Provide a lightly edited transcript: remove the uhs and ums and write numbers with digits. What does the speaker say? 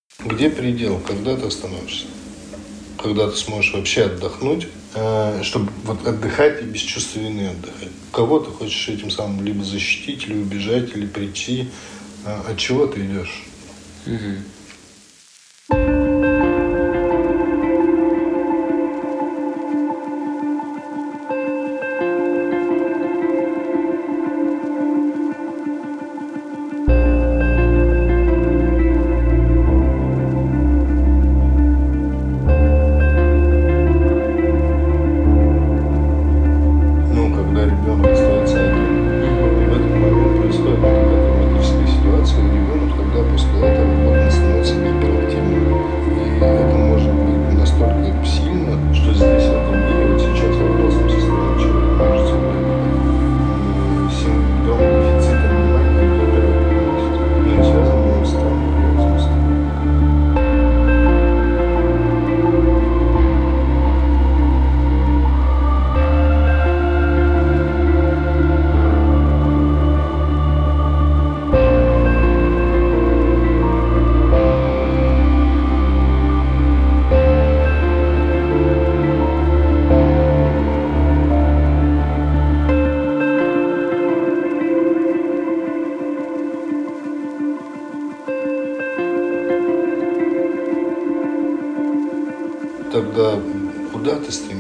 Где предел? Когда ты остановишься? Когда ты сможешь вообще отдохнуть, чтобы вот отдыхать и без чувства вины отдыхать. Кого ты хочешь этим самым либо защитить, или убежать, или прийти? От чего ты идешь? Мгм. Ну, когда ребенок остается один, Мгм. и в этот момент происходит вот такая травматическая ситуация, и ребенок тогда после этого вот он становится гиперактивным. И это может быть настолько сильно, что здесь, в этом мире, вот сейчас в вопросном состоянии человек может себе синдром дефицита внимания и гиперактивности, ну и связанные с травмой. Тогда куда ты стремишься?